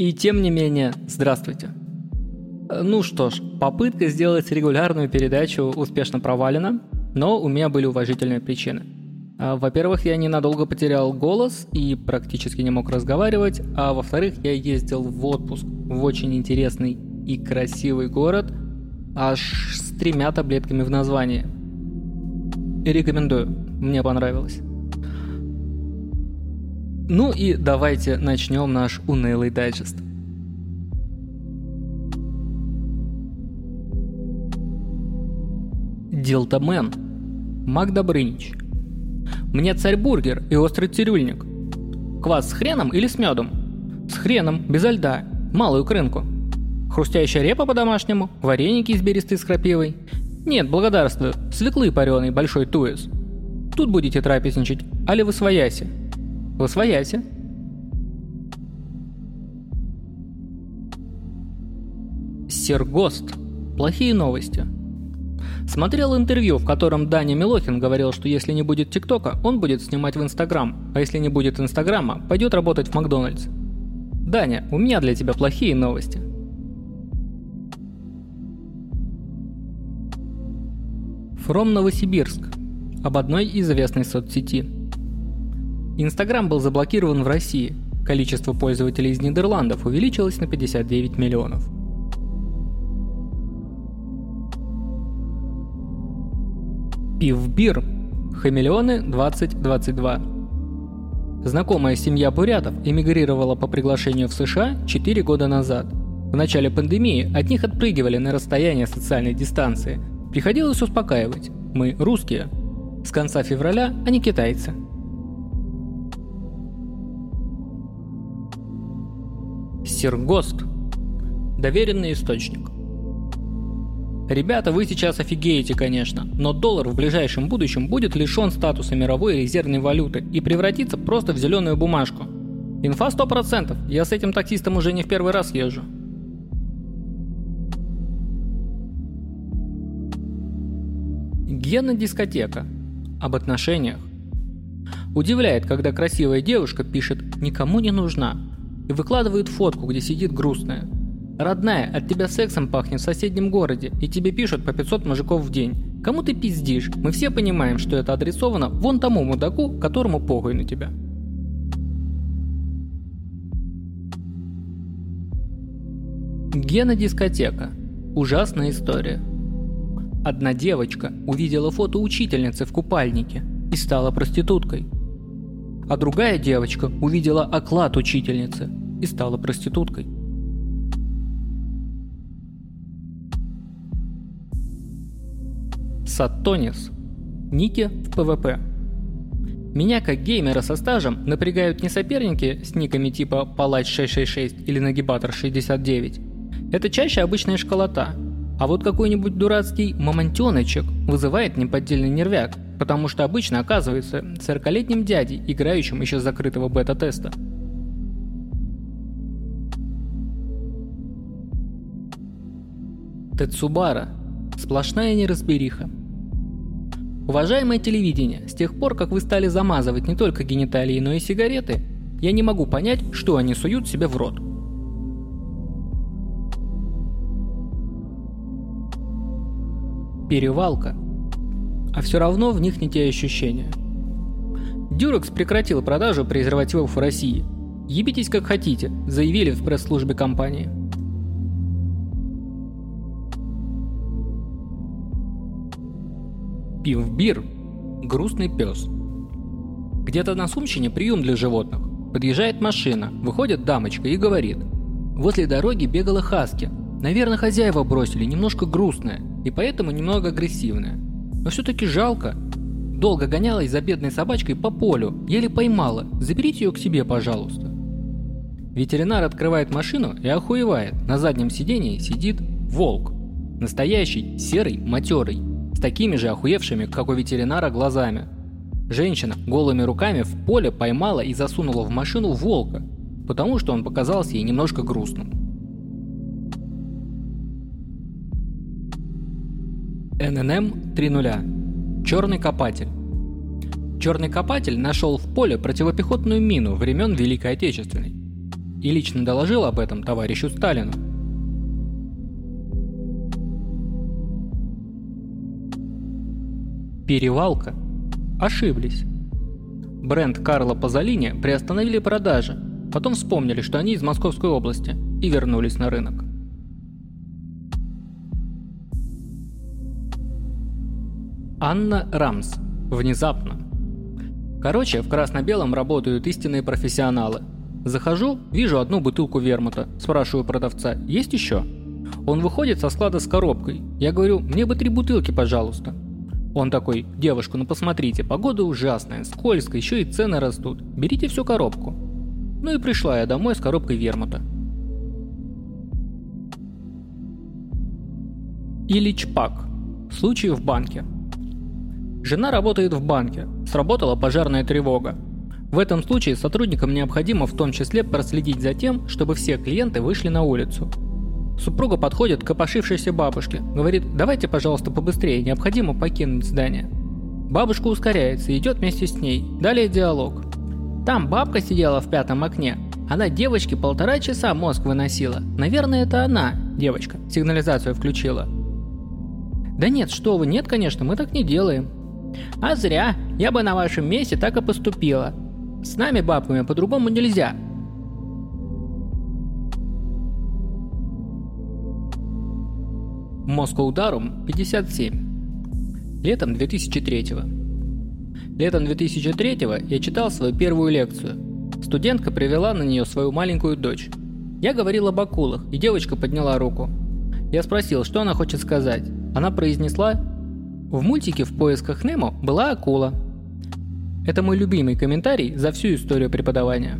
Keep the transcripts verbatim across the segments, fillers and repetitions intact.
И тем не менее, здравствуйте. Ну что ж, попытка сделать регулярную передачу успешно провалена, но у меня были уважительные причины. Во-первых, я ненадолго потерял голос и практически не мог разговаривать, а во-вторых, я ездил в отпуск в очень интересный и красивый город, аж с тремя таблетками в названии. Рекомендую, мне понравилось. Ну и давайте начнем наш унылый дайджест. Дилтамен. Мак Добрынич. Мне царь-бургер и острый цирюльник. Квас с хреном или с медом? С хреном, безо льда, малую крынку. Хрустящая репа по-домашнему, вареники изберистые с крапивой. Нет, благодарствую, свеклы пареный, большой туес. Тут будете трапезничать, али восвояси. Восвояси. Сергост. Плохие новости. Смотрел интервью, в котором Даня Милохин говорил, что если не будет ТикТока, он будет снимать в Инстаграм, а если не будет Инстаграма, пойдет работать в Макдональдс. Даня, у меня для тебя плохие новости. From Новосибирск. Об одной известной соцсети. Инстаграм был заблокирован в России. Количество пользователей из Нидерландов увеличилось на пятьдесят девять миллионов. Пивбир. Хамелеоны двадцать двадцать два. Знакомая семья бурятов эмигрировала по приглашению в США четыре года назад. В начале пандемии от них отпрыгивали на расстояние социальной дистанции. Приходилось успокаивать. Мы русские. С конца февраля они китайцы. Сергост. Доверенный источник. Ребята, вы сейчас офигеете, конечно, но доллар в ближайшем будущем будет лишен статуса мировой резервной валюты и превратится просто в зеленую бумажку. Инфа сто процентов, я с этим таксистом уже не в первый раз езжу. Гена-дискотека. Об отношениях. Удивляет, когда красивая девушка пишет «никому не нужна» и выкладывает фотку, где сидит грустная. Родная, от тебя сексом пахнет в соседнем городе, и тебе пишут по пятьсот мужиков в день. Кому ты пиздишь? Мы все понимаем, что это адресовано вон тому мудаку, которому похуй на тебя. Гена-дискотека. Ужасная история. Одна девочка увидела фото учительницы в купальнике и стала проституткой. А другая девочка увидела оклад учительницы и стала проституткой. Саттонис. Ники в ПВП. Меня как геймера со стажем напрягают не соперники с никами типа Палач шесть шесть шесть или Нагибатор шестьдесят девять. Это чаще обычная школота. А вот какой-нибудь дурацкий мамонтеночек вызывает неподдельный нервяк, потому что обычно оказывается сорокалетним дядей, играющим еще с закрытого бета-теста. Тецубара. Сплошная неразбериха. Уважаемое телевидение, с тех пор, как вы стали замазывать не только гениталии, но и сигареты, я не могу понять, что они суют себе в рот. Перевалка. А все равно в них не те ощущения. Дюрекс прекратил продажу презервативов в России. Ебитесь как хотите, заявили в пресс-службе компании. Пивбир. Грустный пес. Где-то на Сумщине прием для животных. Подъезжает машина, выходит дамочка и говорит: возле дороги бегала хаски. Наверное, хозяева бросили, немножко грустная, и поэтому немного агрессивная. Но все-таки жалко. Долго гонялась за бедной собачкой по полю, еле поймала. Заберите ее к себе, пожалуйста. Ветеринар открывает машину и охуевает. На заднем сидении сидит волк. Настоящий, серый, матерый. С такими же охуевшими, как у ветеринара, глазами. Женщина голыми руками в поле поймала и засунула в машину волка, потому что он показался ей немножко грустным. эн эн эм три ноль. Черный копатель. Черный копатель нашел в поле противопехотную мину времен Великой Отечественной. и лично доложил об этом товарищу Сталину. Перевалка. Ошиблись. Бренд Карло Пазолини приостановили продажи, потом вспомнили, что они из Московской области, и вернулись на рынок. Анна Рамс. Внезапно. Короче, в красно-белом работают истинные профессионалы. Захожу, вижу одну бутылку вермута, спрашиваю продавца, есть еще? Он выходит со склада с коробкой. Я говорю, мне бы три бутылки, пожалуйста. Он такой, девушка, ну посмотрите, погода ужасная, скользко, еще и цены растут. Берите всю коробку. Ну и пришла я домой с коробкой вермута. Ильич Пак. Случай в банке. Жена работает в банке. Сработала пожарная тревога. В этом случае сотрудникам необходимо в том числе проследить за тем, чтобы все клиенты вышли на улицу. Супруга подходит к копошившейся бабушке, говорит, давайте, пожалуйста, побыстрее, необходимо покинуть здание. Бабушка ускоряется и идет вместе с ней. Далее диалог. Там бабка сидела в пятом окне. Она девочке полтора часа мозг выносила. Наверное, это она, девочка, сигнализацию включила. Да нет, что вы, нет, конечно, мы так не делаем. А зря, я бы на вашем месте так и поступила. С нами, бабками, по-другому нельзя. Москоударум пятьдесят семь. Летом две тысячи третьего. Летом две тысячи третьего я читал свою первую лекцию. Студентка привела на нее свою маленькую дочь. Я говорил об акулах, и девочка подняла руку. Я спросил, что она хочет сказать. Она произнесла: «В мультике «В поисках Немо» была акула». Это мой любимый комментарий за всю историю преподавания.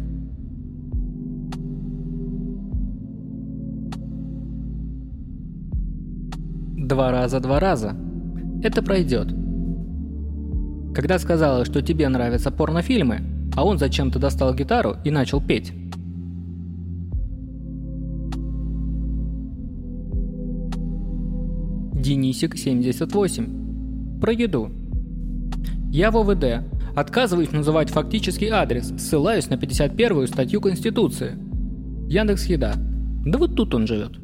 Два раза, два раза. Это пройдет. Когда сказала, что тебе нравятся порнофильмы, а он зачем-то достал гитару и начал петь. Денисик семьдесят восемь. Про еду. Я в ОВД. Отказываюсь называть фактический адрес, ссылаюсь на пятьдесят первую статью Конституции. Яндекс.Еда. Да вот тут он живет.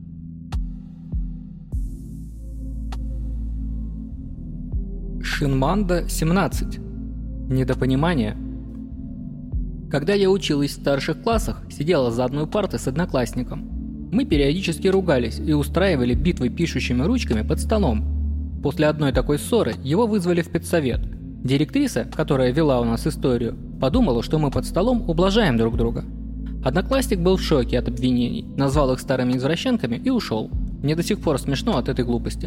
Шинманда семнадцать. Недопонимание. Когда я училась в старших классах, сидела за одной партой с одноклассником. Мы периодически ругались и устраивали битвы пишущими ручками под столом. После одной такой ссоры его вызвали в педсовет. Директриса, которая вела у нас историю, подумала, что мы под столом ублажаем друг друга. Одноклассник был в шоке от обвинений, назвал их старыми извращенками и ушел. Мне до сих пор смешно от этой глупости.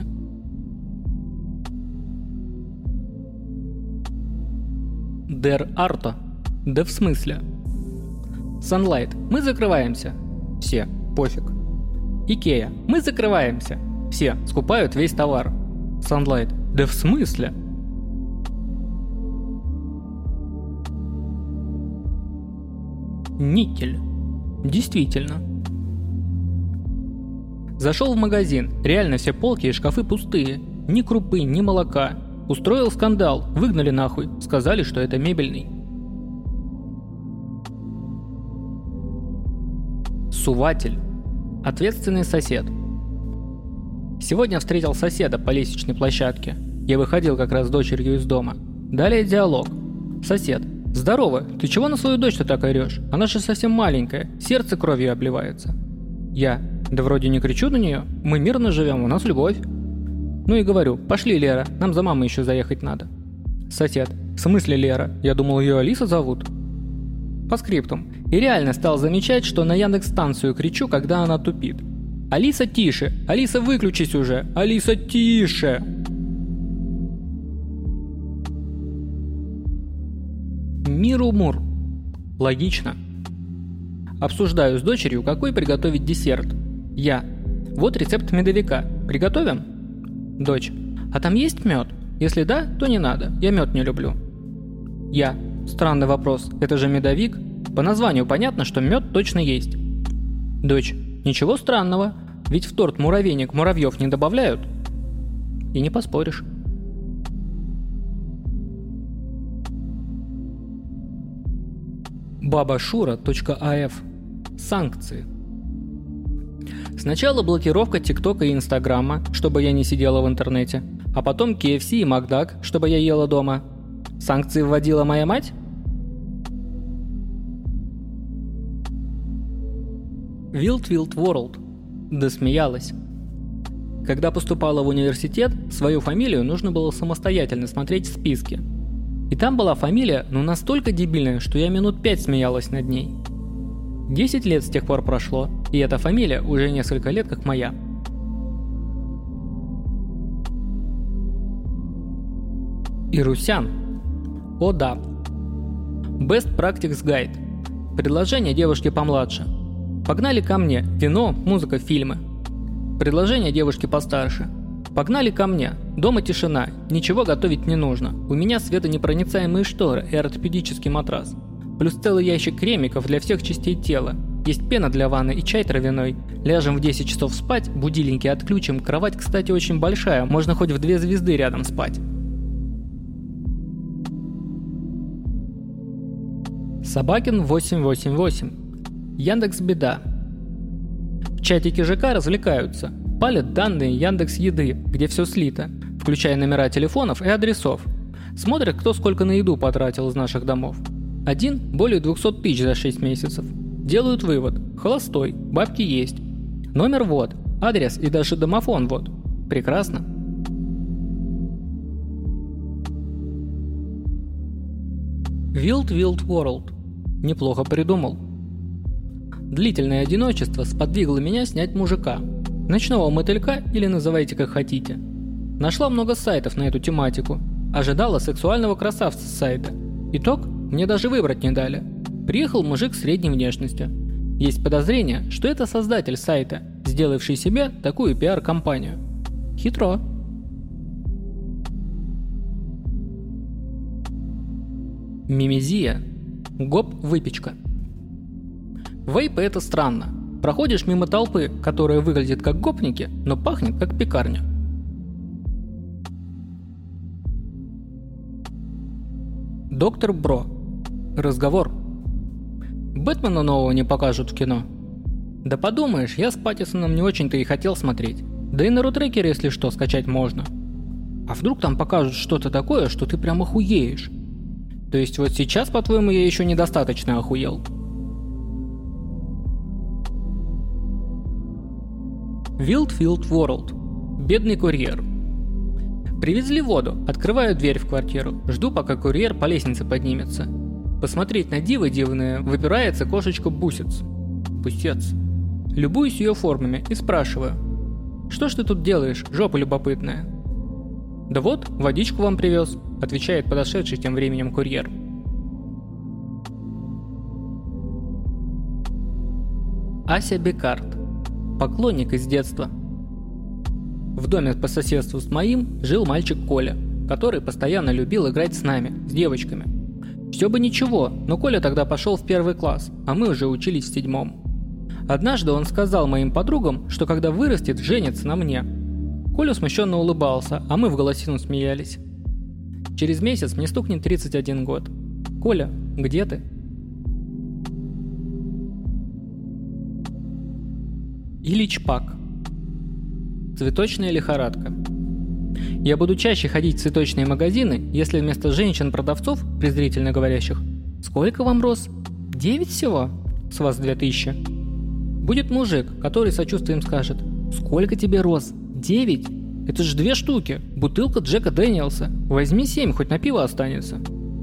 Дер Арто. Да в смысле? Sunlight. Мы закрываемся. Все. Пофиг. Икея. Мы закрываемся. Все. Скупают весь товар. Sunlight. Да в смысле? Никель. Действительно. Зашел в магазин. Реально все полки и шкафы пустые. Ни крупы, ни молока. Устроил скандал, выгнали нахуй, сказали, что это мебельный. Суватель. Ответственный сосед. Сегодня встретил соседа по лестничной площадке. Я выходил как раз с дочерью из дома. Далее диалог. Сосед. Здорово, ты чего на свою дочь-то так орешь? Она же совсем маленькая, сердце кровью обливается. Я. Да вроде не кричу на нее, мы мирно живем, у нас любовь. Ну и говорю, пошли, Лера, нам за мамой еще заехать надо. Сосед. В смысле Лера? Я думал, ее Алиса зовут. По скриптум. И реально стал замечать, что на Яндекс-станцию кричу, когда она тупит. Алиса, тише! Алиса, выключись уже! Алиса, тише! Миру-мур. Логично. Обсуждаю с дочерью, какой приготовить десерт. Я. Вот рецепт медовика. Приготовим? Дочь. А там есть мед? Если да, то не надо. Я мед не люблю. Я. Странный вопрос. Это же медовик? По названию понятно, что мед точно есть. Дочь. Ничего странного. Ведь в торт муравейник муравьев не добавляют. И не поспоришь. бабашура.аф. Санкции. Сначала блокировка ТикТока и Инстаграма, чтобы я не сидела в интернете, а потом кей эф си и Макдак, чтобы я ела дома. Санкции вводила моя мать? Wild Wild World. Досмеялась. Когда поступала в университет, свою фамилию нужно было самостоятельно смотреть в списке. И там была фамилия, ну настолько дебильная, что я минут пять смеялась над ней. Десять лет с тех пор прошло, и эта фамилия уже несколько лет как моя. Ирусян. О да. Best Practice Guide. Предложение девушки помладше. Погнали ко мне. Вино, музыка, фильмы. Предложение девушки постарше. Погнали ко мне. Дома тишина. Ничего готовить не нужно. У меня светонепроницаемые шторы и ортопедический матрас. Плюс целый ящик кремиков для всех частей тела. Есть пена для ванны и чай травяной. Ляжем в десять часов спать, будильники отключим. Кровать, кстати, очень большая. Можно хоть в две звезды рядом спать. Собакин восемь восемь восемь. Яндекс Беда. В чатике ЖК развлекаются. Палят данные Яндекс Еды, где все слито, включая номера телефонов и адресов. Смотрят, кто сколько на еду потратил из наших домов. Один более двухсот тысяч за шесть месяцев. Делают вывод. Холостой, бабки есть. Номер вот, адрес и даже домофон вот. Прекрасно. Wild Wild World. Неплохо придумал. Длительное одиночество сподвигло меня снять мужика. Ночного мотылька или называйте как хотите. Нашла много сайтов на эту тематику. Ожидала сексуального красавца с сайта. Итог мне даже выбрать не дали. Приехал мужик средней внешности. Есть подозрение, что это создатель сайта, сделавший себе такую пиар-компанию. Хитро. Мимезия. Гоп-выпечка. Вейпы — это странно. Проходишь мимо толпы, которая выглядит как гопники, но пахнет как пекарня. Доктор Бро. Разговор. Бэтмена нового не покажут в кино. Да подумаешь, я с Паттисоном не очень-то и хотел смотреть. Да и на рутрекере, если что, скачать можно. А вдруг там покажут что-то такое, что ты прям охуеешь? То есть вот сейчас, по-твоему, я еще недостаточно охуел? Wild Wild World. Бедный курьер. Привезли воду, открываю дверь в квартиру, жду, пока курьер по лестнице поднимется. Посмотреть на дивы дивные выпирается кошечка Бусец. Бусец. Любуюсь ее формами и спрашиваю: «Что ж ты тут делаешь, жопа любопытная?» «Да вот, водичку вам привез», — отвечает подошедший тем временем курьер. Ася Бекарт. Поклонник из детства. В доме по соседству с моим жил мальчик Коля, который постоянно любил играть с нами, с девочками. Все бы ничего, но Коля тогда пошел в первый класс, а мы уже учились в седьмом. Однажды он сказал моим подругам, что когда вырастет, женится на мне. Коля смущенно улыбался, а мы в голосину смеялись. Через месяц мне стукнет тридцать один год. Коля, где ты? Ильич Пак. Цветочная лихорадка. Я буду чаще ходить в цветочные магазины, если вместо женщин-продавцов, презрительно говорящих: «Сколько вам роз? Девять всего? С вас две тысячи». Будет мужик, который сочувствием скажет: «Сколько тебе роз? Девять? Это ж две штуки, бутылка Джека Дэниелса. Возьми семь, хоть на пиво останется».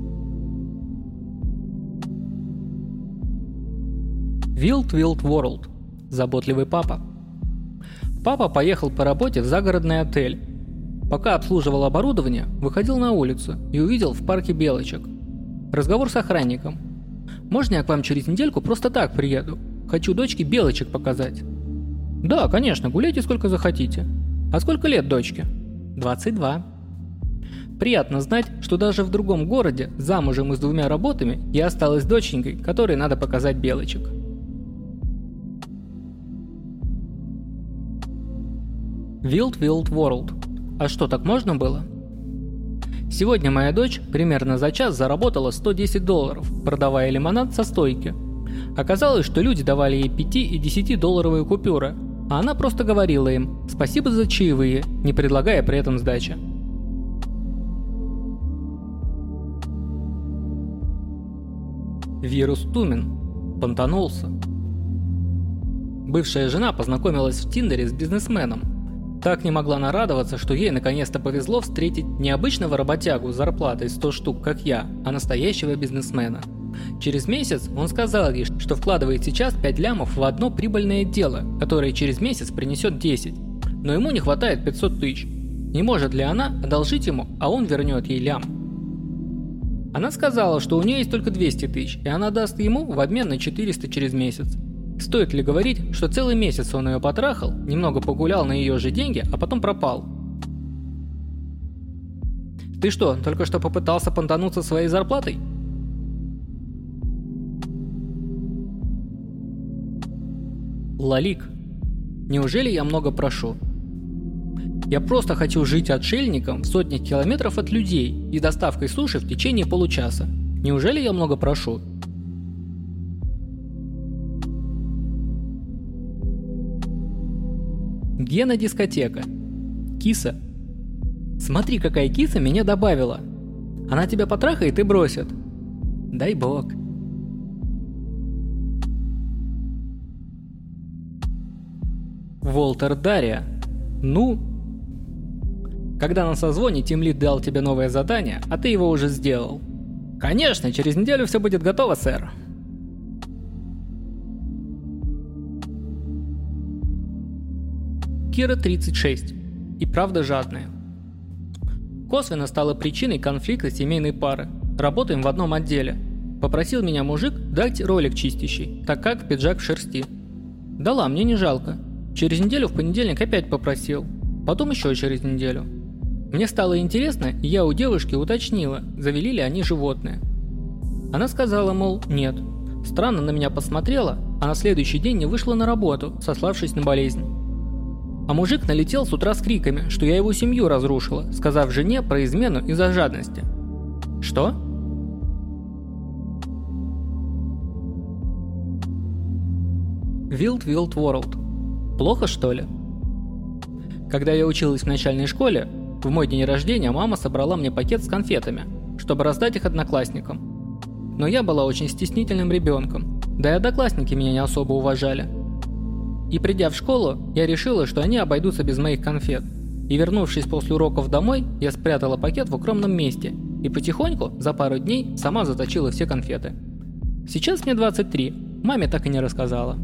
Wild Wild World. Заботливый папа. Папа поехал по работе в загородный отель. Пока обслуживал оборудование, выходил на улицу и увидел в парке белочек. Разговор с охранником. «Можно я к вам через недельку просто так приеду? Хочу дочке белочек показать». «Да, конечно, гуляйте сколько захотите». «А сколько лет дочке?» «двадцать два». Приятно знать, что даже в другом городе, замужем и с двумя работами, я осталась доченькой, которой надо показать белочек. Wild Wild World. А что, так можно было? Сегодня моя дочь примерно за час заработала сто десять долларов, продавая лимонад со стойки. Оказалось, что люди давали ей пяти- и десятидолларовые купюры, а она просто говорила им «спасибо за чаевые», не предлагая при этом сдачи. Вирус Тумен понтанулся. Бывшая жена познакомилась в Тиндере с бизнесменом. Так не могла нарадоваться, что ей наконец-то повезло встретить не обычного работягу с зарплатой сто штук, как я, а настоящего бизнесмена. Через месяц он сказал ей, что вкладывает сейчас пять лямов в одно прибыльное дело, которое через месяц принесет десять. Но ему не хватает пятьсот тысяч. Не может ли она одолжить ему, а он вернет ей лям? Она сказала, что у нее есть только двести тысяч, и она даст ему в обмен на четыреста через месяц. Стоит ли говорить, что целый месяц он ее потрахал, немного погулял на ее же деньги, а потом пропал? Ты что, только что попытался понтануться своей зарплатой? Лалик. Неужели я много прошу? Я просто хочу жить отшельником в сотнях километров от людей и доставкой суши в течение получаса. Неужели я много прошу? Гена дискотека. Киса. Смотри, какая киса меня добавила. Она тебя потрахает и бросит. Дай бог. Волтер Дария. Ну... Когда на созвоне тимлид дал тебе новое задание, а ты его уже сделал. Конечно, через неделю все будет готово, сэр. Кира тридцать шесть. И правда жадная. Косвенно стала причиной конфликта семейной пары. Работаем в одном отделе. Попросил меня мужик дать ролик чистящий, так как пиджак в шерсти. Дала, мне не жалко. Через неделю в понедельник опять попросил. Потом еще через неделю. Мне стало интересно, и я у девушки уточнила, завели ли они животное. Она сказала, мол, нет. Странно на меня посмотрела, а на следующий день не вышла на работу, сославшись на болезнь. А мужик налетел с утра с криками, что я его семью разрушила, сказав жене про измену из-за жадности. Что? Wild Wild World. Плохо, что ли? Когда я училась в начальной школе, в мой день рождения мама собрала мне пакет с конфетами, чтобы раздать их одноклассникам. Но я была очень стеснительным ребенком, да и одноклассники меня не особо уважали. И придя в школу, я решила, что они обойдутся без моих конфет. И вернувшись после уроков домой, я спрятала пакет в укромном месте и потихоньку, за пару дней, сама заточила все конфеты. Сейчас мне двадцать три, маме так и не рассказала.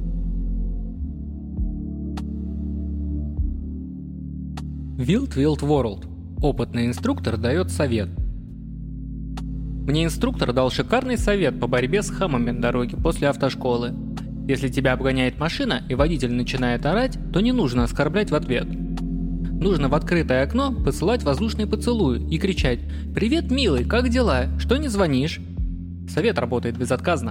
Wild Wild World. Опытный инструктор дает совет. Мне инструктор дал шикарный совет по борьбе с хамами на дороге после автошколы. Если тебя обгоняет машина и водитель начинает орать, то не нужно оскорблять в ответ. Нужно в открытое окно посылать воздушные поцелуи и кричать «Привет, милый, как дела? Что не звонишь?» Совет работает безотказно.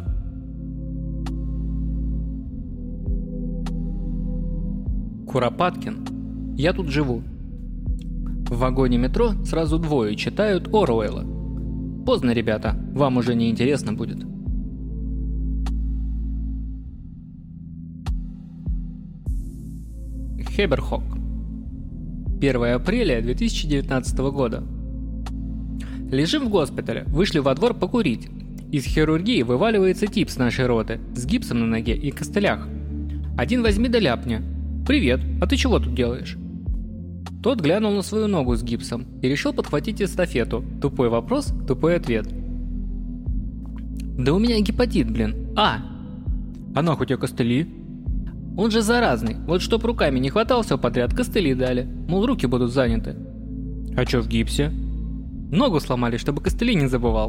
Куропаткин. Я тут живу. В вагоне метро сразу двое читают Оруэлла. Поздно, ребята, вам уже не интересно будет. Хеберхок. первое апреля две тысячи девятнадцатого года. Лежим в госпитале, вышли во двор покурить. Из хирургии вываливается тип с нашей роты, с гипсом на ноге и костылях. Один возьми да ляпни. «Привет, а ты чего тут делаешь?» Тот глянул на свою ногу с гипсом и решил подхватить эстафету. Тупой вопрос, тупой ответ. «Да у меня гепатит, блин. А! А нахуй тебе костыли?» «Он же заразный. Вот чтоб руками не хватал все подряд, костыли дали. Мол, руки будут заняты». «А чё в гипсе?» «Ногу сломали, чтобы костыли не забывал».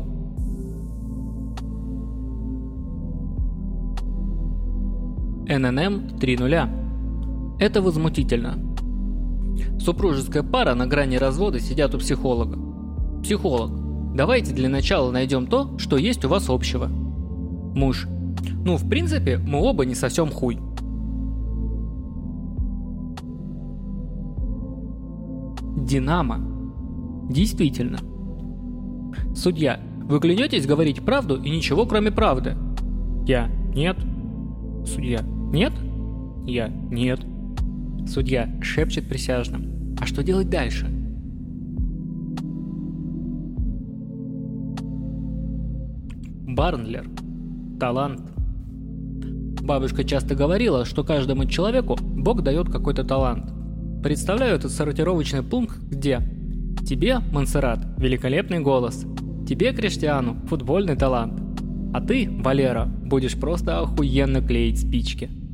эн эн эм три нуля. Это возмутительно. Супружеская пара на грани развода сидят у психолога. Психолог. Давайте для начала найдем то, что есть у вас общего. Муж. Ну, в принципе, мы оба не совсем хуй. Динамо. Действительно. Судья. Вы клянетесь говорить правду и ничего кроме правды? Я. Нет. Судья. Нет? Я. Нет. Судья шепчет присяжным. А что делать дальше? Барндлер. Талант. Бабушка часто говорила, что каждому человеку Бог дает какой-то талант. Представляю этот сортировочный пункт, где тебе, Монсеррат, великолепный голос, тебе, Криштиану, футбольный талант, а ты, Валера, будешь просто охуенно клеить спички.